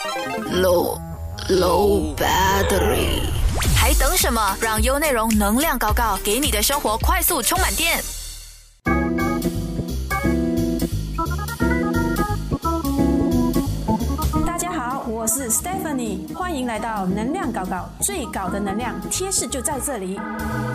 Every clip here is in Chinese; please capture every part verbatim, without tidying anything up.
Low low battery， 还等什么？让优内容能量高高，给你的生活快速充满电。 大家好，我是 Stephanie， 欢迎来到能量高高，最高的能量贴士就在这里。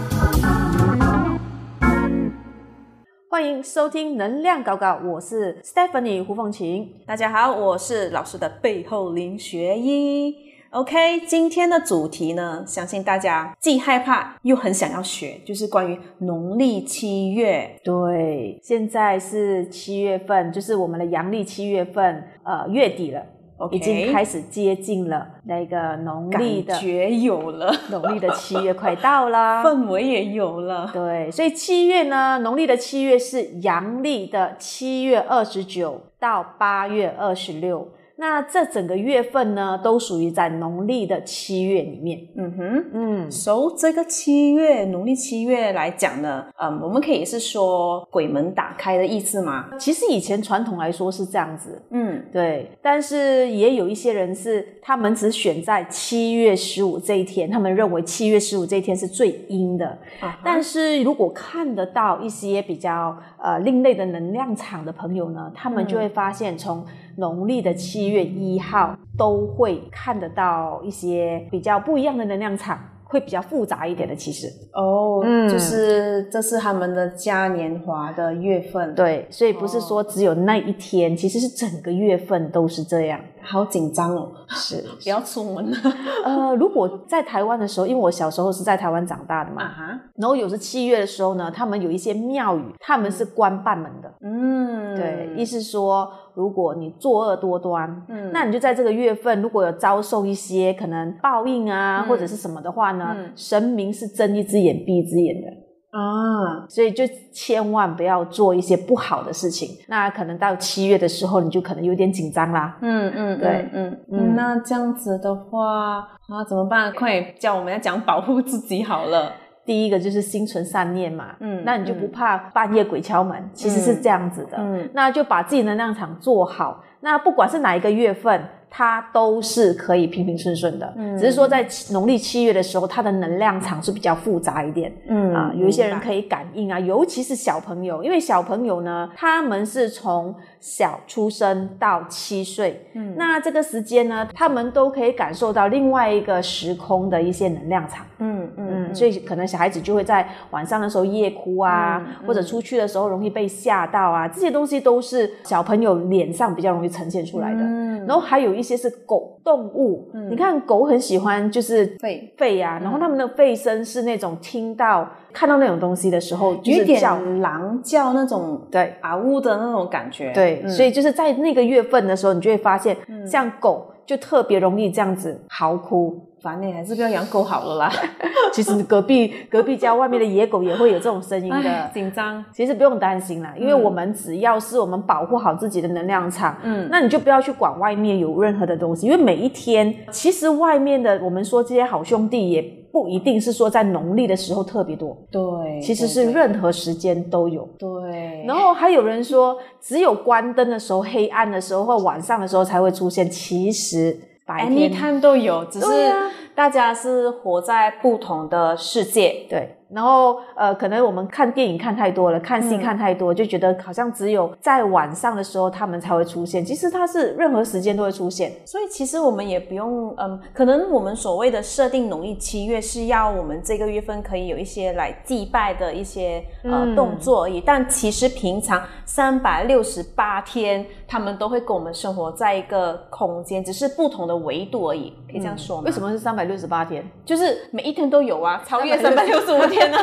欢迎收听能量高高，我是 Stephanie 胡凤琴。 大家好，我是老师的背后林学一。OK， 今天的主题呢，相信大家既害怕又很想要学，就是关于农历七月。 对，现在是七月份，就是我们的阳历七月份，呃，月底了。Okay, 已经开始接近了那个农历的， 感觉有了， 农历的七月快到了， 氛围也有了。 对，所以七月呢，农历的七月是阳历的七月二十九到八月二十六。那这整个月份呢，都属于在农历的七月里面。 嗯哼，嗯，所以这个七月，农历七月来讲呢，嗯，我们可以是说鬼门打开的意思吗？ 其实以前传统来说是这样子， 嗯， 对。但是也有一些人是，他们只选在七月十五这一天，他们认为七月十五这一天是最阴的。 啊、 但是如果看得到一些比较呃另类的能量场的朋友呢，他们就会发现从农历的七月一号都会看得到一些比较不一样的能量场，会比较复杂一点的。其实哦，嗯，就是这是他们的嘉年华的月份。 对，所以不是说只有那一天，哦、其实是整个月份都是这样。 好紧张哦， 是不要出门了。 呃，如果在台湾的时候，因为我小时候是在台湾长大的嘛，啊、然后有时七月的时候呢，他们有一些庙宇，他们是关半门的。嗯，对，意思说，如果你作恶多端，嗯，那你就在这个月份，如果有遭受一些可能报应啊，嗯、或者是什么的话呢，嗯、神明是睁一只眼闭一只眼的。啊，所以就千万不要做一些不好的事情。那可能到七月的时候，你就可能有点紧张啦。 嗯嗯，对，嗯 嗯, 嗯。那这样子的话啊，怎么办？快教我们要讲保护自己好了。 第一个就是心存善念嘛，嗯，那你就不怕半夜鬼敲门，嗯、其实是这样子的。嗯，那就把自己能量场做好。那不管是哪一个月份，它都是可以平平顺顺的，嗯，只是说在农历七月的时候，它的能量场是比较复杂一点，嗯啊，有一些人可以感应啊，尤其是小朋友，因为小朋友呢，他们是从小出生到七岁，嗯，那这个时间呢，他们都可以感受到另外一个时空的一些能量场，嗯嗯嗯，所以可能小孩子就会在晚上的时候夜哭啊，嗯嗯、或者出去的时候容易被吓到啊，这些东西都是小朋友脸上比较容易呈现出来的，嗯，然后还有一些是狗动物，嗯、你看狗很喜欢就是吠吠啊，然后他们的吠声是那种听到看到那种东西的时候就是叫有点狼叫那种，对啊呜的那种感觉， 对、嗯，所以就是在那个月份的时候，你就会发现，嗯、像狗就特别容易这样子嚎哭。 烦你还是不要养狗好了啦。 其实隔壁隔壁家外面的野狗也会有这种声音的， 紧张。 其实不用担心啦，因为我们只要是我们保护好自己的能量场，嗯，那你就不要去管外面有任何的东西，因为每一天其实外面的我们说这些好兄弟也不一定是说在农历的时候特别多， 对， 其实是任何时间都有， 对。 然后还有人说只有关灯的时候、黑暗的时候或晚上的时候才会出现，其实白天 anytime 都有，只是大家是活在不同的世界， 对。然后呃，可能我们看电影看太多了，看戏看太多，嗯、就觉得好像只有在晚上的时候他们才会出现，其实它是任何时间都会出现。 所以其实我们也不用嗯，可能我们所谓的设定农历七月是要我们这个月份可以有一些来祭拜的一些呃、嗯、动作而已，但其实平常三百六十八天他们都会跟我们生活在一个空间，只是不同的维度而已，可以这样说吗？ 嗯、为什么是三百六十八天？ 就是每一天都有啊，超越三百六十五天啊。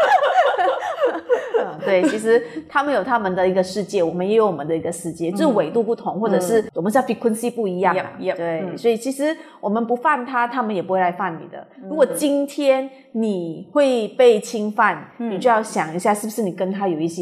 嗯、对，其实他们有他们的一个世界，我们也有我们的一个世界，嗯、就是纬度不同，或者是我们叫 frequency 不一样、啊嗯、对、嗯、所以其实我们不犯他，他们也不会来犯你的、嗯、如果今天你会被侵犯、嗯、你就要想一下是不是你跟他有一些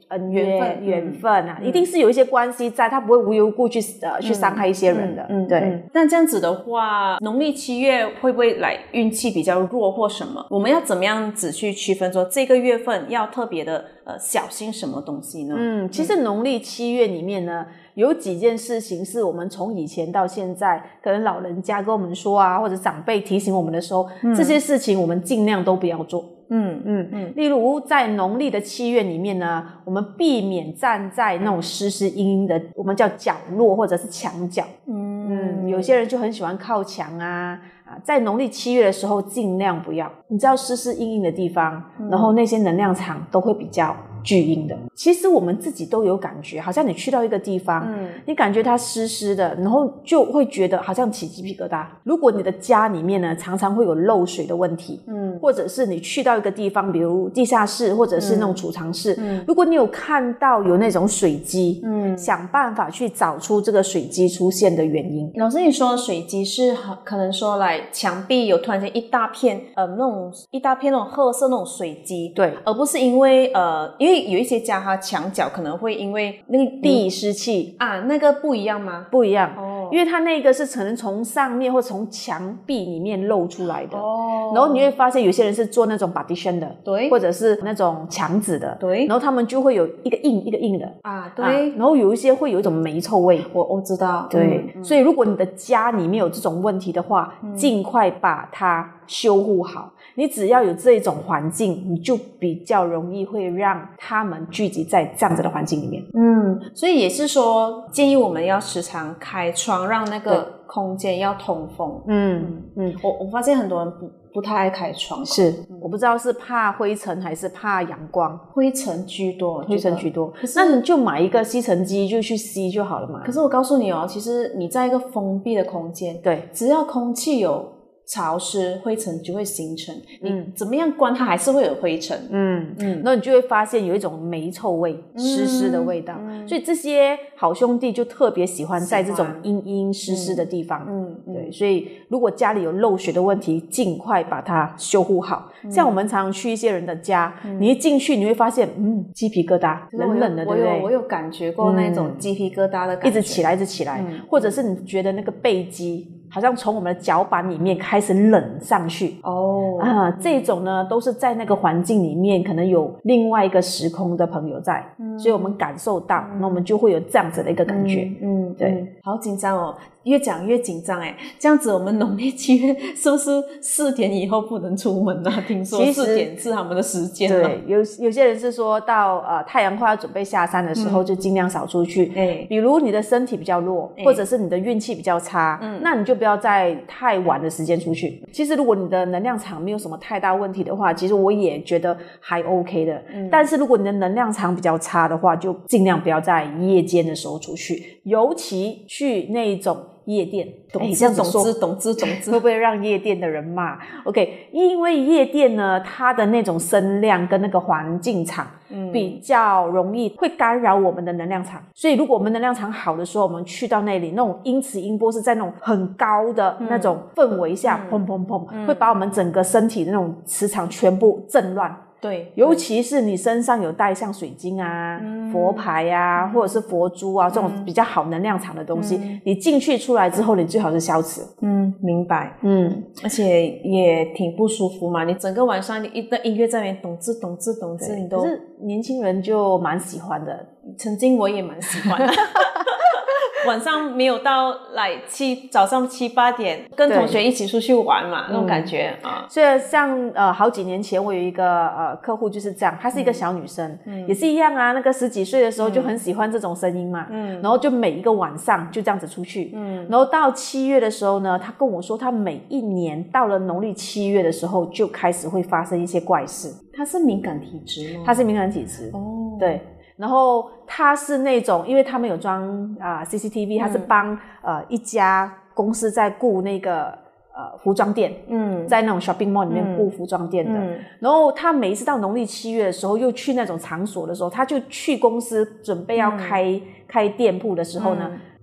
恩怨缘分缘分啊、嗯，一定是有一些关系在，他不会无缘无故去呃、嗯、去伤害一些人的。嗯，嗯对、嗯。 那这样子的话，农历七月会不会来运气比较弱或什么？我们要怎么样子去区分说这个月份要特别的呃小心什么东西呢？ 嗯，其实农历七月里面呢，有几件事情是我们从以前到现在，可能老人家跟我们说啊，或者长辈提醒我们的时候，嗯、这些事情我们尽量都不要做。嗯嗯嗯，例如在农历的七月里面呢，我们避免站在那种湿湿阴阴的，我们叫角落或者是墙角。嗯嗯，有些人就很喜欢靠墙啊啊，在农历七月的时候尽量不要。你知道湿湿阴阴的地方，嗯、然后那些能量场都会比较巨阴的。其实我们自己都有感觉，好像你去到一个地方，嗯、你感觉它湿湿的，然后就会觉得好像起鸡皮疙瘩。如果你的家里面呢常常会有漏水的问题，嗯，或者是你去到一个地方，比如地下室或者是那种储藏室，嗯，如果你有看到有那种水积，嗯，想办法去找出这个水积出现的原因。 老师，你说水积是可能说来墙壁有突然间一大片呃那种一大片那种褐色那种水积， 对， 而不是因为呃因为有一些家它墙角可能会因为那个地湿气啊，那个不一样吗？ 不一样哦，因为它那个是可能从上面或从墙壁里面露出来的哦，然后你会发现有些人是做那种 partition 的，对，或者是那种墙纸的，对，然后他们就会有一个硬一个硬的啊，对、 啊，然后有一些会有一种霉臭味， 我我知道， 对、嗯嗯，所以如果你的家里面有这种问题的话，嗯、尽快把它修护好。你只要有这种环境，你就比较容易会让他们聚集在这样子的环境里面。 嗯，所以也是说建议我们要时常开窗，让那个空间要通风。嗯嗯，我我发现很多人不不太爱开窗， 是、嗯、我不知道是怕灰尘还是怕阳光， 灰尘居多， 灰尘居多。那你就买一个吸尘机就去吸就好了嘛。 可是我告诉你哦，其实你在一个封闭的空间，对，只要空气有潮湿，灰尘就会形成，你怎么样关它还是会有灰尘。嗯嗯，那你就会发现有一种霉臭味，湿湿的味道、嗯、所以这些好兄弟就特别喜欢在这种阴阴湿湿的地方。嗯，对，所以如果家里有漏水的问题，尽快把它修护好。嗯、像我们常常去一些人的家、嗯、你一进去你会发现嗯，鸡皮疙瘩冷冷的，对不对？ 我有我有感觉过那种鸡皮疙瘩的感觉、 嗯、一直起来一直起来、嗯、或者是你觉得那个背肌好像从我们的脚板里面开始冷上去哦啊，这种呢都是在那个环境里面可能有另外一个时空的朋友在、嗯、所以我们感受到、嗯、那我们就会有这样子的一个感觉。嗯，嗯对、嗯， 好紧张哦，越讲越紧张哎。这样子我们农历七月是不是四点以后不能出门啊？听说四点是他们的时间了。 对，有有些人是说到呃太阳快要准备下山的时候、嗯、就尽量少出去。哎，比如你的身体比较弱、哎、或者是你的运气比较差，嗯，那你就不要在太晚的时间出去。其实如果你的能量场没有什么太大问题的话，其实我也觉得还 OK 的、嗯、但是如果你的能量场比较差的话，就尽量不要在夜间的时候出去，尤其去那种夜店。 懂之懂之懂之懂之， 会不会让夜店的人骂 ？OK， 因为夜店呢，它的那种声量跟那个环境场、嗯、比较容易会干扰我们的能量场，所以如果我们能量场好的时候，我们去到那里，那种音磁音波是在那种很高的那种氛围下，砰砰砰，会把我们整个身体的那种磁场全部震乱。对，尤其是你身上有带像水晶啊、嗯、佛牌啊、嗯、或者是佛珠啊、嗯、这种比较好能量场的东西、嗯、你进去出来之后你最好是消磁。 嗯，明白。嗯，而且也挺不舒服嘛，你整个晚上你一个音乐在那边咚吱咚吱咚吱，你都， 可是年轻人就蛮喜欢的， 曾经我也蛮喜欢的晚上没有到来七早上七八点跟同学一起出去玩嘛，那种感觉啊。 所以像呃好几年前我有一个呃客户就是这样，她是一个小女生、嗯、也是一样啊，那个十几岁的时候就很喜欢这种声音嘛，嗯，然后就每一个晚上就这样子出去，嗯，然后到七月的时候呢，她跟我说她每一年到了农历七月的时候就开始会发生一些怪事。 她是敏感体质吗？ 她是敏感体质哦，对。然后他是那种，因为他们有装啊、呃、C C T V， 他是帮、嗯、呃一家公司在雇那个呃服装店，嗯，在那种 shopping mall 里面雇服装店的、嗯。然后他每一次到农历七月的时候，又去那种场所的时候，他就去公司准备要开、嗯、开店铺的时候呢。嗯，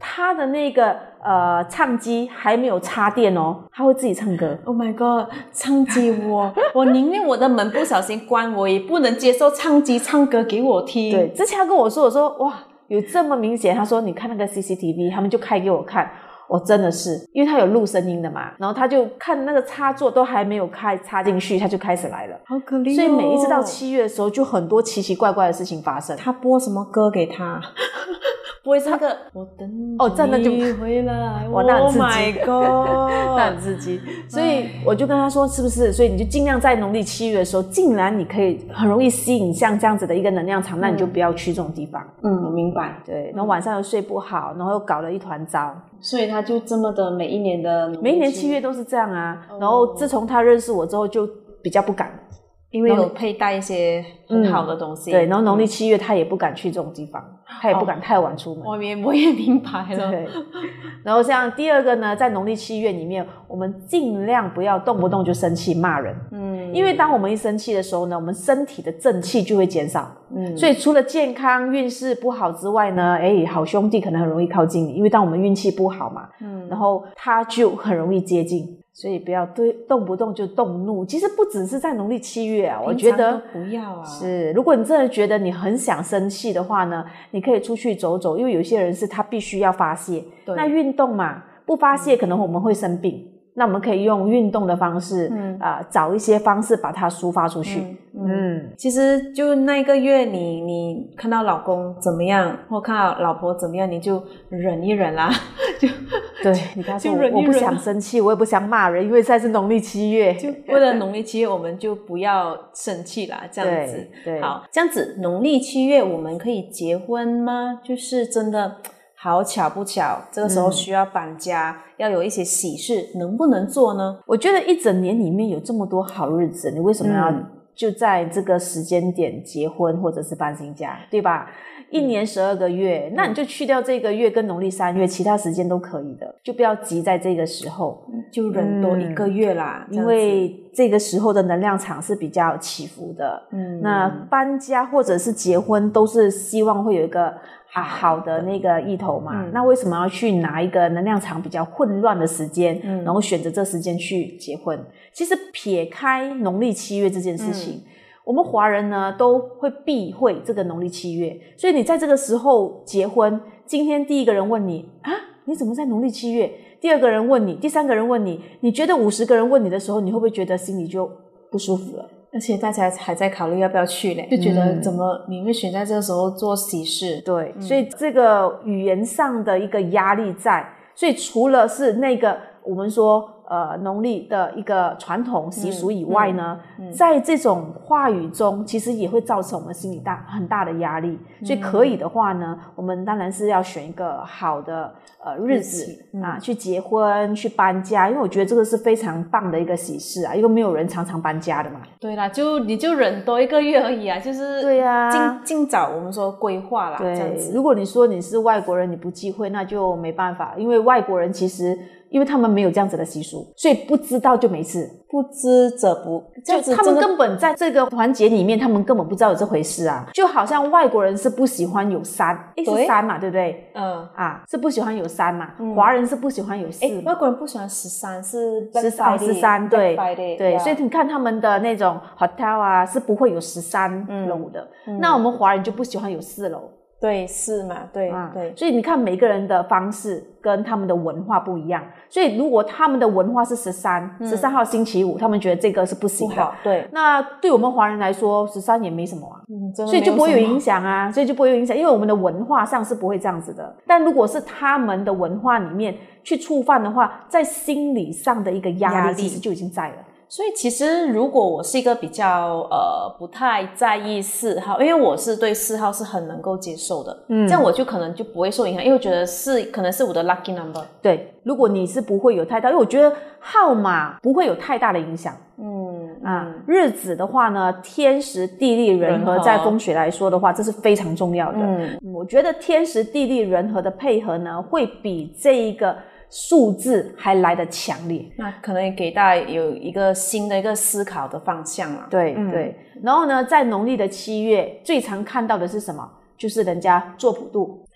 他的那个呃唱机还没有插电哦，他会自己唱歌。 Oh my god， 唱机我我宁愿我的门不小心关，我也不能接受唱机唱歌给我听。 对，之前他跟我说，我说哇有这么明显，他说你看那个 C C T V， 他们就开给我看。我、哦、真的是，因为他有录声音的嘛，然后他就看那个插座都还没有开插进去，他就开始来了， 好可怜哦。 所以每一次到七月的时候，就很多奇奇怪怪的事情发生。 他播什么歌给他？播那个我等哦，真的就回来， 哇，那很刺激 Oh my god， 那很刺激。所以我就跟他说，是不是？所以你就尽量在农历七月的时候，竟然你可以很容易吸引像这样子的一个能量场，那你就不要去这种地方。 嗯，我明白。 对，然后晚上又睡不好，然后又搞了一团糟。 所以他就这么的每一年的每一年七月都是这样啊。哦、然后自从他认识我之后，就比较不敢， 因为有佩戴一些很好的东西。 嗯、对，然后农历七月他也不敢去这种地方，他也不敢太晚出门。 我也我也明白了。 对。然后像第二个呢，在农历七月里面，我们尽量不要动不动就生气骂人。嗯。因为当我们一生气的时候呢，我们身体的正气就会减少。嗯。所以除了健康运势不好之外呢，哎，好兄弟可能很容易靠近你，因为当我们运气不好嘛，嗯，然后他就很容易接近。所以不要对动不动就动怒，其实不只是在农历七月啊，我觉得不要啊。 是，如果你真的觉得你很想生气的话呢，你可以出去走走，因为有些人是他必须要发泄。那运动嘛，不发泄可能我们会生病。嗯，那我们可以用运动的方式，嗯啊、呃，找一些方式把它抒发出去。嗯， 嗯其实就那个月你，你你看到老公怎么样，或看到老婆怎么样，你就忍一忍啦。就对，你刚说我, 我不想生气，我也不想骂人，因为现在是农历七月， 就为了农历七月，我们就不要生气啦，这样子。 对，对好，这样子农历七月我们可以结婚吗？就是真的。好巧不巧，这个时候需要搬家，嗯、要有一些喜事，能不能做呢？ 我觉得一整年里面有这么多好日子，你为什么要就在这个时间点结婚或者是搬新家，对吧？一年十二个月，嗯、那你就去掉这个月跟农历三月，其他时间都可以的，就不要急在这个时候， 就忍多一个月啦。 嗯、因为这个时候的能量场是比较起伏的。嗯，那搬家或者是结婚都是希望会有一个啊好的那个意头嘛。嗯、那为什么要去拿一个能量场比较混乱的时间，嗯、然后选择这时间去结婚？其实撇开农历七月这件事情。嗯我们华人呢都会避讳这个农历七月，所以你在这个时候结婚，今天第一个人问你啊，你怎么在农历七月？第二个人问你，第三个人问你，你觉得五十个人问你的时候，你会不会觉得心里就不舒服了？ 而且大家还在考虑要不要去嘞，就觉得怎么你会选在这个时候做喜事？ 对，嗯、所以这个语言上的一个压力在，所以除了是那个我们说。呃，农历的一个传统习俗以外呢，嗯嗯嗯、在这种话语中，其实也会造成我们心里大很大的压力。嗯、所以可以的话呢，我们当然是要选一个好的呃日子、嗯、啊，去结婚、去搬家，因为我觉得这个是非常棒的一个喜事啊，因为没有人常常搬家的嘛。 对啦，就你就忍多一个月而已啊，就是对呀， 尽尽早我们说规划啦， 对， 这样子。 如果你说你是外国人，你不忌讳，那就没办法，因为外国人其实。因为他们没有这样子的习俗，所以不知道就没事， 不知者不， 就他们根本在这个环节里面，他们根本不知道有这回事啊。就好像外国人是不喜欢有三，诶是三嘛，对不对？嗯啊，是不喜欢有三嘛。嗯、华人是不喜欢有四。 外国人不喜欢十三，是十三十三，对对， yeah. 所以你看他们的那种 hotel 啊，是不会有十三楼的。嗯、那我们华人就不喜欢有四楼。 对，是嘛，对、啊、对， 所以你看每个人的方式跟他们的文化不一样，所以如果他们的文化是十三，十三号星期五，他们觉得这个是不行的， 不好，对。 那对我们华人来说，十三也没什么啊，嗯，真的没有什么，所以就不会有影响啊，所以就不会有影响，因为我们的文化上是不会这样子的。但如果是他们的文化里面去触犯的话，在心理上的一个压力其实就已经在了。 所以其实如果我是一个比较呃不太在意四号，因为我是对四号是很能够接受的，嗯，这样我就可能就不会受影响，因为我觉得四可能是我的 lucky number。 对，如果你是不会有太大，因为我觉得号码不会有太大的影响。嗯啊，嗯日子的话呢，天时地利人和，在风水来说的话，这是非常重要的。嗯，我觉得天时地利人和的配合呢，会比这一个。数字还来得强烈， 那可能也给大家有一个新的一个思考的方向啦。 对、嗯、对，然后呢，在农历的七月，最常看到的是什么？就是人家做普渡。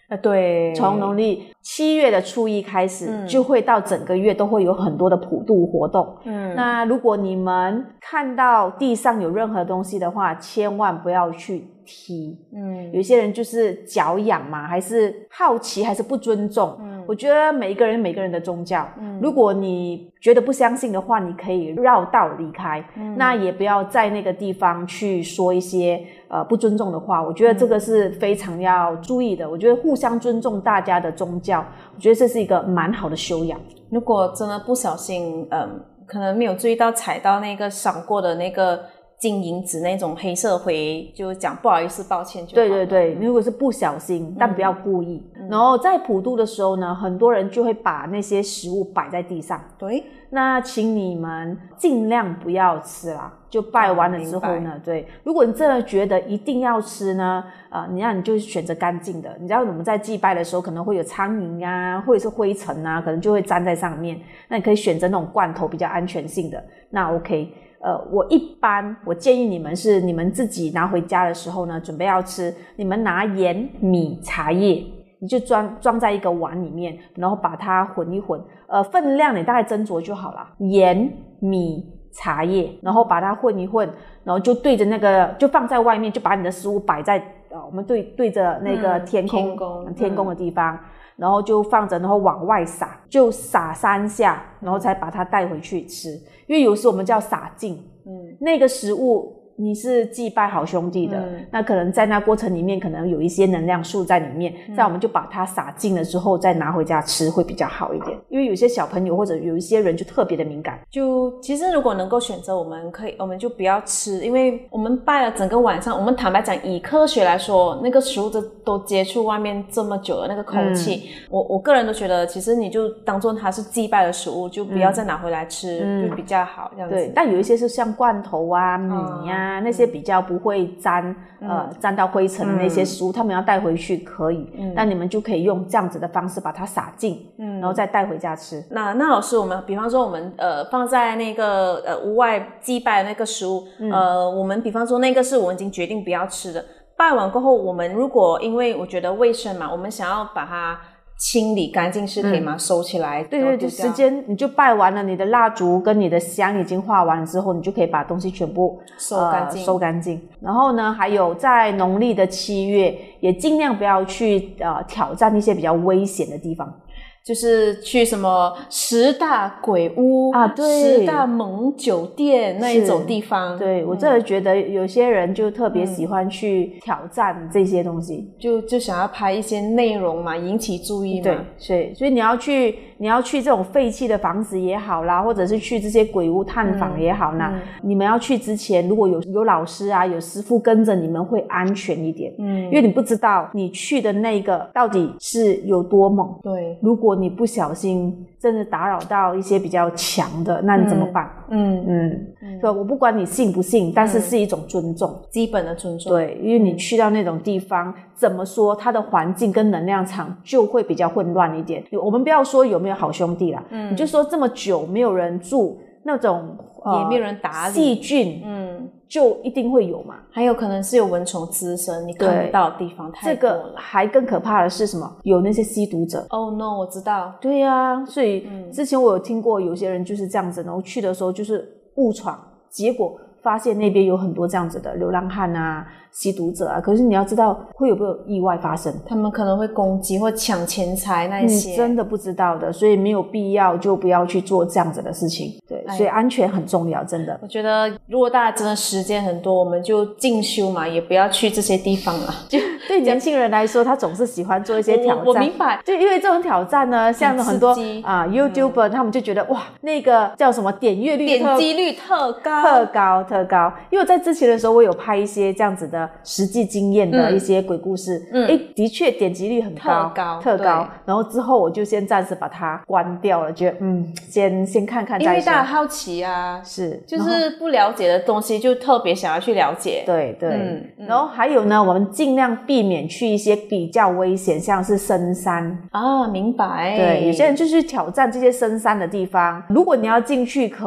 啊，对， 从农历七月的初一开始、嗯、就会到整个月都会有很多的普渡活动。嗯，那如果你们看到地上有任何东西的话，千万不要去踢。嗯，有些人就是脚痒嘛，还是好奇，还是不尊重。嗯，我觉得每一个人每个人的宗教，嗯，如果你觉得不相信的话，你可以绕道离开。嗯，那也不要在那个地方去说一些呃不尊重的话。我觉得这个是非常要注意的。我觉得互相尊重大家的宗教，我觉得这是一个蛮好的修养。 如果真的不小心，嗯，可能没有注意到踩到那个闪过的那个金银纸那种黑色灰，就讲不好意思抱歉就好。 对对对，如果是不小心、嗯、但不要故意、嗯、然后在普渡的时候呢，很多人就会把那些食物摆在地上。 对， 那请你们尽量不要吃啦，就拜完了之后呢、哦、对，如果你真的觉得一定要吃呢，呃，你让你就选择干净的。你知道我们在祭拜的时候可能会有苍蝇啊，或者是灰尘啊，可能就会粘在上面，那你可以选择那种罐头比较安全性的，那 OK。呃，我一般我建议你们是你们自己拿回家的时候呢，准备要吃，你们拿盐、米、茶叶，你就装装在一个碗里面，然后把它混一混，呃，分量你大概斟酌就好了。盐、米、茶叶，然后把它混一混，然后就对着那个，就放在外面，就把你的食物摆在呃，我们对对着那个天空、嗯、天宫、天宫的地方。嗯，然后就放着，然后往外撒，就撒三下，然后才把它带回去吃。因为有时我们叫撒净，嗯，那个食物你是祭拜好兄弟的、嗯、那可能在那过程里面可能有一些能量素在里面，再、嗯、我们就把它撒净了之后再拿回家吃会比较好一点。因为有些小朋友或者有一些人就特别的敏感， 就其实如果能够选择，我们可以我们就不要吃，因为我们拜了整个晚上，我们坦白讲以科学来说，那个食物都都接触外面这么久的那个空气、嗯、我我个人都觉得其实你就当做它是祭拜的食物，就不要再拿回来吃、嗯、就比较好这样子。 对，但有一些是像罐头啊、米啊、嗯、那些比较不会沾、嗯、呃沾到灰尘的那些食物、嗯、他们要带回去可以、嗯、那你们就可以用这样子的方式把它撒净、嗯、然后再带回家吃。 那那老师，我们比方说我们呃放在那个呃屋外祭拜的那个食物、嗯、呃我们比方说那个是我们已经决定不要吃的，拜完过后我们如果因为我觉得卫生嘛，我们想要把它清理干净是可以吗、嗯、收起来？ 对对对，时间你就拜完了，你的蜡烛跟你的香已经画完了之后，你就可以把东西全部收干净、呃、 收干净。然后呢，还有在农历的七月也尽量不要去呃挑战一些比较危险的地方， 就是去什么十大鬼屋啊，对， 十大猛酒店那一种地方。 对、嗯、我真的觉得有些人就特别喜欢去挑战这些东西、 嗯、就就想要拍一些内容嘛，引起注意嘛。 对，所以所以你要去你要去这种废弃的房子也好啦，或者是去这些鬼屋探访也好啦、嗯、你们要去之前如果有有老师啊有师傅跟着你们会安全一点。嗯，因为你不知道你去的那个到底是有多猛。 对， 如果你不小心真的打扰到一些比较强的，那你怎么办？嗯嗯嗯，所以我不管你信不信，但是是一种尊重、嗯、 基本的尊重。 对，因为你去到那种地方、嗯、怎么说它的环境跟能量场就会比较混乱一点。我们不要说有没有好兄弟啦、嗯、你就说这么久没有人住，那种、 呃、也没有人打理， 细菌嗯就一定会有嘛。 还有可能是有蚊虫滋生，你看不到的地方太多了。 这个还更可怕的是什么？有那些吸毒者。 Oh no， 我知道。 对啊，所以之前我有听过有些人就是这样子，然后去的时候就是误闯，结果发现那边有很多这样子的流浪汉啊、吸毒者啊，可是你要知道会有没有意外发生， 他们可能会攻击或抢钱财那些， 你真的不知道的，所以没有必要就不要去做这样子的事情。对，所以安全很重要，真的。 我觉得如果大家真的时间很多，我们就进修嘛，也不要去这些地方了。就对年轻人来说，他总是喜欢做一些挑战。 我, 我明白， 就因为这种挑战呢，像很多啊 YouTuber、嗯、他们就觉得哇，那个叫什么点阅率、 点击率特高、 特高、特高。因为我在之前的时候，我有拍一些这样子的实际经验的一些鬼故事，嗯，诶，的确点击率很高， 特高， 特高。然后之后我就先暂时把它关掉了，觉得嗯，先先看看再说。 因为大家好奇啊， 是， 就是不了解的东西，就特别想要去了解。 对对、嗯嗯。然后还有呢，我们尽量避免去一些比较危险，像是深山啊，明白。 对，有些人就去挑战这些深山的地方。如果你要进去可以，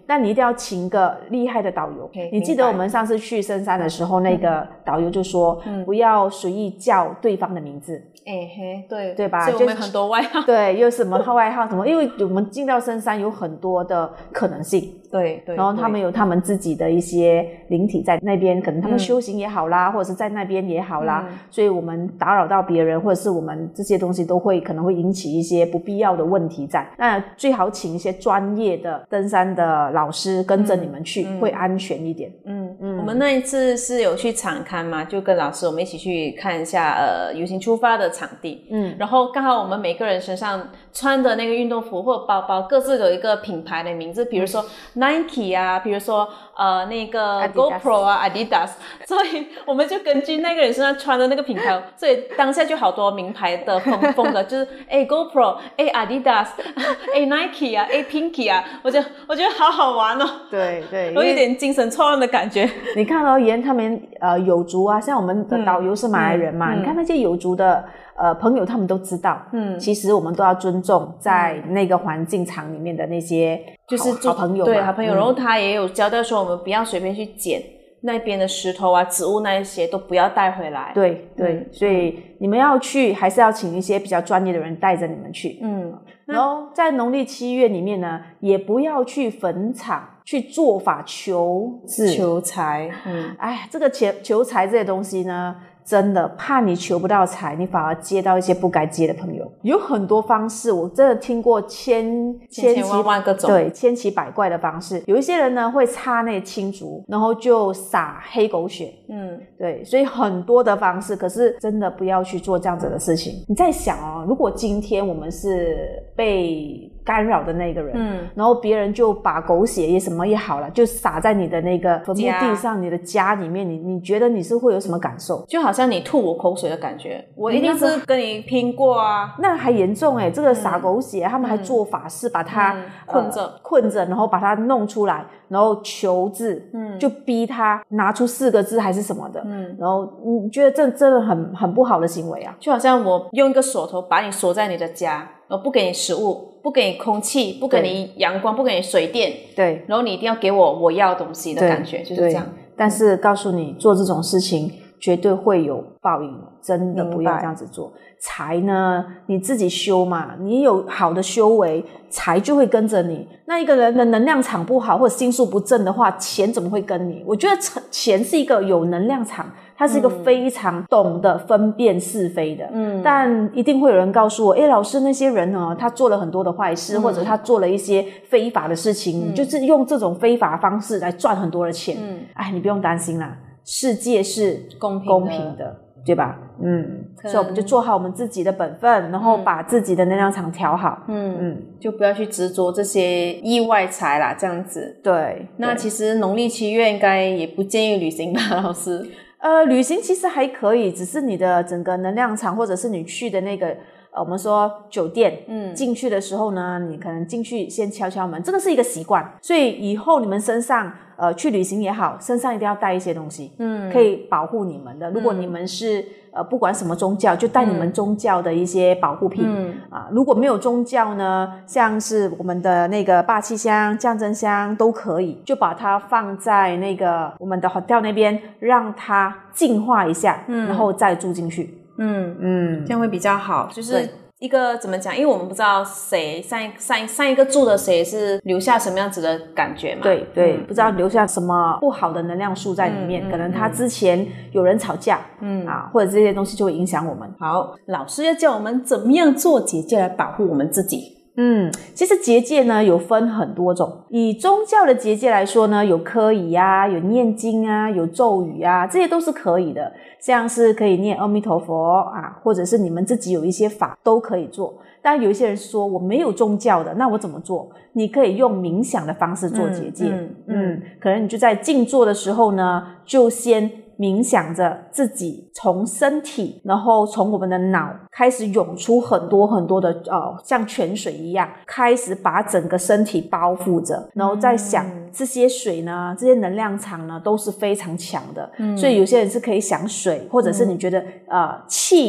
但你一定要请个厉害的导游。 Okay, 你记得我们上次去深山的时候，那个导游就说、嗯、不要随意叫对方的名字。 哎嘿，对对吧？ 所以我们很多外号， 对，有什么外号什么？因为我们进到深山有很多的可能性， 对对。 然后他们有他们自己的一些灵体在那边，可能他们修行也好啦，嗯、或者是在那边也好啦、嗯，所以我们打扰到别人，或者是我们这些东西都会可能会引起一些不必要的问题在。那最好请一些专业的登山的老师跟着你们去，嗯、会安全一点。 嗯嗯。我们那一次是有去场勘嘛，就跟老师我们一起去看一下呃游行出发的场地，嗯，然后刚好我们每个人身上穿的那个运动服或包包各自有一个品牌的名字，比如说 Nike 啊，比如说呃那个 GoPro 啊 Adidas， 所以我们就根据那个人身上穿的那个品牌，所以当下就好多名牌的风风格，就是哎 GoPro， 哎 Adidas， 哎 Nike 啊，哎 Pinky 啊，我觉得我觉得好好玩哦， 对对， 有一点精神错乱的感觉。 你看哦，沿他们呃有族啊，像我们的导游是马来人嘛，嗯嗯、你看那些有族的呃朋友，他们都知道，嗯，其实我们都要尊重在那个环境场里面的那些就是好朋友嘛， 对好朋友、嗯。然后他也有交代说，我们不要随便去捡那边的石头啊、植物那一些都不要带回来。 对对、嗯，所以你们要去，还是要请一些比较专业的人带着你们去。嗯，然后在农历七月里面呢，也不要去坟场去做法求字求财。嗯， 哎，这个求求财这些东西呢，真的怕你求不到财，你反而接到一些不该接的朋友。有很多方式，我真的听过千千千万万各种， 对，千奇百怪的方式。有一些人呢会插那青竹，然后就撒黑狗血，嗯，对，所以很多的方式，可是真的不要去做这样子的事情。你在想哦，如果今天我们是被干扰的那个人，嗯，然后别人就把狗血也什么也好了，就撒在你的那个坟墓地上，你的家里面，你你觉得你是会有什么感受？ 就好像你吐我口水的感觉，我一定是跟你拼过啊。 那还严重欸，这个撒狗血、嗯、他们还做法事把它、嗯、 困着、 呃、困着，然后把它弄出来，然后求字，嗯，就逼他拿出四个字还是什么的，嗯，然后你觉得这真的很很不好的行为啊。 就好像我用一个锁头把你锁在你的家，然后不给你食物，不给你空气，不给你阳光，不给你水电， 对， 然后你一定要给我我要的东西的感觉，就是这样。 但是告诉你，做这种事情绝对会有报应，真的不要这样子做。财呢，你自己修嘛，你有好的修为，财就会跟着你。那一个人的能量场不好或者心术不正的话，钱怎么会跟你？我觉得钱是一个有能量场，他是一个非常懂得分辨是非的，嗯，但一定会有人告诉我，诶，老师，那些人呢，他做了很多的坏事，嗯，或者他做了一些非法的事情，嗯，就是用这种非法的方式来赚很多的钱，嗯，哎，你不用担心啦，世界是公平的，公平的，对吧？嗯，所以我们就做好我们自己的本分，然后把自己的能量场调好，嗯嗯，就不要去执着这些意外财啦，这样子。 对， 那其实农历七月应该也不建议旅行吧，老师？ 呃，旅行其实还可以，只是你的整个能量场，或者是你去的那个呃，我们说酒店，嗯，进去的时候呢，你可能进去先敲敲门，这个是一个习惯，所以以后你们身上呃去旅行也好，身上一定要带一些东西，嗯，可以保护你们的。如果你们是呃不管什么宗教，就带你们宗教的一些保护品，嗯啊，如果没有宗教呢，像是我们的那个霸气香、降真香都可以，就把它放在那个我们的 hotel 那边，让它净化一下，嗯，然后再住进去。嗯嗯，这样会比较好，就是一个怎么讲？因为我们不知道谁上一上一上一个住的谁是留下什么样子的感觉嘛？ 对对、嗯，不知道留下什么不好的能量数在里面，嗯、可能他之前有人吵架，嗯啊，或者这些东西就会影响我们。 好，老师要教我们怎么样做结界来保护我们自己。 嗯，其实结界呢有分很多种，以宗教的结界来说呢，有科仪啊，有念经啊，有咒语啊，这些都是可以的，像是可以念阿弥陀佛啊，或者是你们自己有一些法都可以做。但有一些人说我没有宗教的，那我怎么做？你可以用冥想的方式做结界，嗯 嗯, 嗯，可能你就在静坐的时候呢，就先冥想着自己从身体，然后从我们的脑开始涌出很多很多的呃，像泉水一样，开始把整个身体包覆着，然后再想、嗯、这些水呢，这些能量场呢都是非常强的、嗯、所以有些人是可以想水，或者是你觉得、嗯、呃气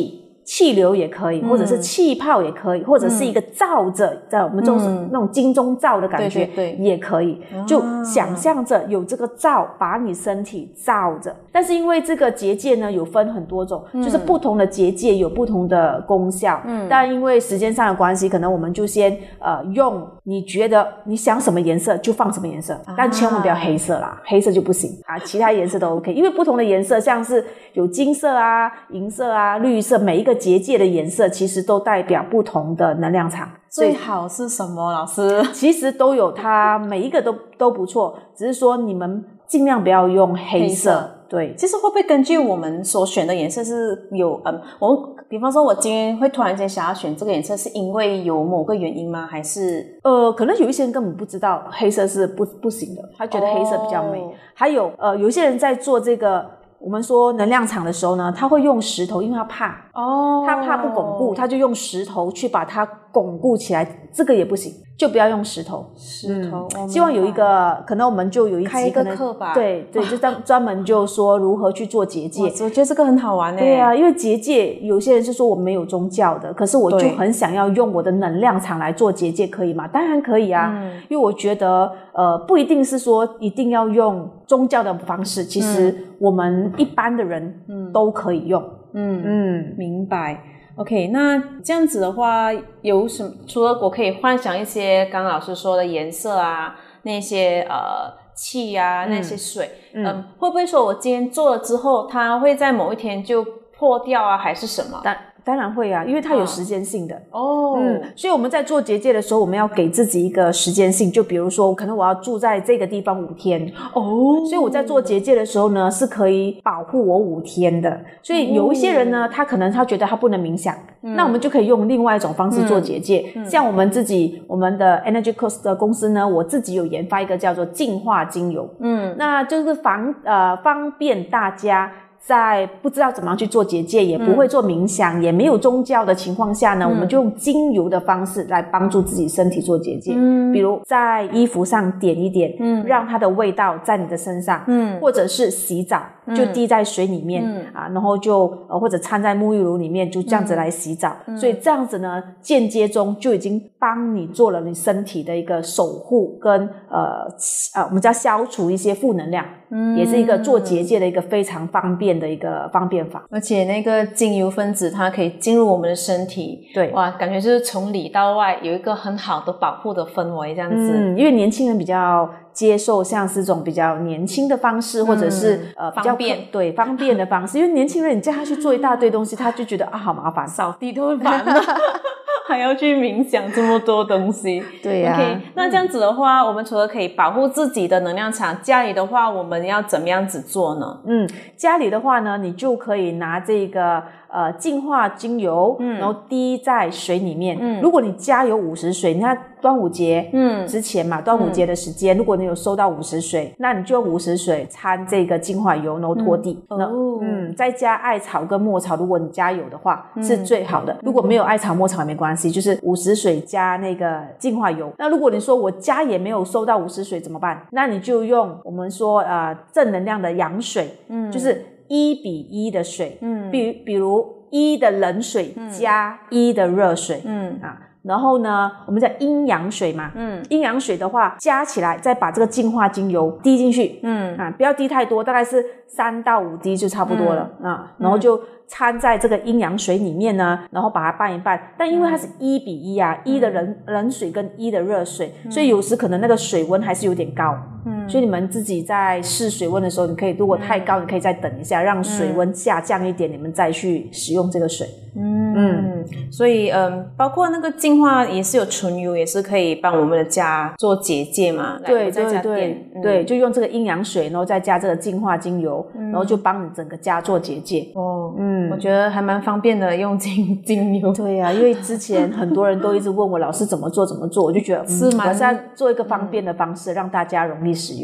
气流也可以，或者是气泡也可以，或者是一个罩着在我们这种、嗯、那种金钟罩的感觉， 对对对， 也可以，就想象着有这个罩把你身体罩着。但是因为这个结界呢有分很多种、嗯、就是不同的结界有不同的功效，嗯，但因为时间上的关系，可能我们就先呃用你觉得你想什么颜色就放什么颜色，但千万不要黑色啦，黑色就不行啊，其他颜色都 OK， 因为不同的颜色像是有金色啊、银色啊、绿色，每一个结界的颜色其实都代表不同的能量场。 最好是什么，老师？ 其实都有它，每一个都都不错，只是说你们尽量不要用黑色。黑色对， 其实会不会根据我们所选的颜色是有嗯，我们比方说我今天会突然间想要选这个颜色，是因为有某个原因吗？还是呃，可能有一些人根本不知道黑色是不不行的，他觉得黑色比较美。哦、还有呃，有些人在做这个。我们说能量场的时候呢，他会用石头，因为他怕哦，他怕不巩固，他就用石头去把它巩固起来，这个也不行，就不要用石头。 石头， 嗯、希望有一个，可能我们就有一集开一个课吧， 对对，就专专门就说如何去做结界。 我觉得这个很好玩诶。 对啊，因为结界有些人是说我没有宗教的，可是我就很想要用我的能量场来做结界，可以吗？当然可以啊，嗯、因为我觉得呃，不一定是说一定要用宗教的方式，其实我们一般的人都可以用。 嗯嗯，明白。OK， 那这样子的话，有什么？除了我可以幻想一些刚刚老师说的颜色啊，那些呃气啊，那些水，嗯，嗯会不会说我今天做了之后，它会在某一天就破掉啊，还是什么？ 当当然会啊，因为它有时间性的哦。 嗯，所以我们在做结界的时候，我们要给自己一个时间性，就比如说，可能我要住在这个地方五天哦，所以我在做结界的时候呢，是可以保护我五天的。所以有一些人呢，他可能他觉得他不能冥想，嗯、那我们就可以用另外一种方式做结界。嗯嗯、像我们自己，我们的 Energy Coast 的公司呢，我自己有研发一个叫做净化精油，嗯，那就是方呃方便大家。在不知道怎么样去做结界，也不会做冥想，嗯、也没有宗教的情况下呢，嗯、我们就用精油的方式来帮助自己身体做结界。嗯，比如在衣服上点一点，嗯，让它的味道在你的身上，嗯，或者是洗澡就滴在水里面，嗯啊，然后就呃或者掺在沐浴乳里面，就这样子来洗澡。嗯、所以这样子呢，间接中就已经帮你做了你身体的一个守护跟呃呃我们叫消除一些负能量。嗯，也是一个做结界的一个非常方便的一个方便法， 而且那个精油分子它可以进入我们的身体， 对， 哇，感觉就是从里到外有一个很好的保护的氛围，这样子。 嗯，因为年轻人比较接受像是这种比较年轻的方式，或者是、 嗯、 呃比较方便， 对方便的方式，因为年轻人你叫他去做一大堆东西，他就觉得啊好麻烦， 扫地都会烦的。还要去冥想这么多东西， 对呀、啊。 OK， 那这样子的话，嗯、我们除了可以保护自己的能量场，家里的话，我们要怎么样子做呢？ 嗯，家里的话呢，你就可以拿这个呃净化精油，嗯，然后滴在水里面。嗯，如果你家有五十水，你看端午节嗯之前嘛，端午节的时间，嗯、如果你有收到五十水，那你就用五十水掺这个净化油，然后拖地。嗯、哦，嗯，再加艾草跟墨草，如果你家有的话，嗯、是最好的。如果没有艾草墨草也没关系，就是五十水加那个净化油。那如果你说我家也没有收到五十水怎么办？那你就用我们说呃正能量的阳水，嗯，就是一比一的水，嗯，比比如一的冷水加一的热水，嗯啊。然后呢，我们叫阴阳水嘛，嗯，阴阳水的话加起来，再把这个净化精油滴进去，嗯啊，不要滴太多，大概是三到五滴就差不多了、嗯、啊，然后就掺在这个阴阳水里面呢，然后把它拌一拌。但因为它是一比一啊，一、嗯、的冷冷水跟一的热水、嗯，所以有时可能那个水温还是有点高，嗯，所以你们自己在试水温的时候，你可以如果太高，你可以再等一下，让水温下降一点，嗯、你们再去使用这个水。 嗯嗯，所以嗯，包括那个净化也是有纯油，也是可以帮我们的家做结界嘛。 对对对、嗯、对，就用这个阴阳水，然后再加这个净化精油，嗯、然后就帮你整个家做结界。 哦，嗯，我觉得还蛮方便的，用精精油。 对呀、啊，因为之前很多人都一直问我老师怎么做怎么做，我就觉得是吗？我是要做一个方便的方式，嗯、让大家容易使用。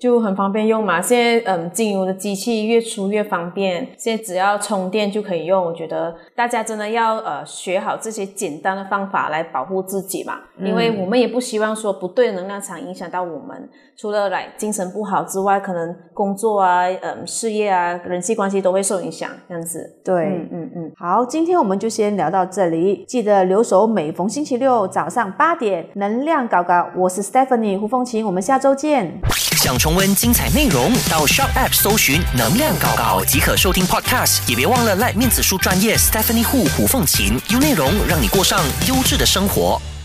就很方便用嘛，现在嗯，精油的机器越出越方便，现在只要充电就可以用。我觉得大家真的要呃学好这些简单的方法来保护自己嘛，嗯、因为我们也不希望说不对的能量场影响到我们，除了来精神不好之外，可能工作啊、嗯事业啊、人际关系都会受影响，这样子。 对， 嗯嗯嗯。 好，今天我们就先聊到这里，记得留守每逢星期六早上八点，能量搞搞，我是 Stephanie 胡凤琴，我们下周见。 想重温精彩内容，到 Shop App 搜寻能量搞搞即可收听 Podcast， 也别忘了 like 面子书专业 Stephanie 胡胡凤琴，有内容让你过上优质的生活。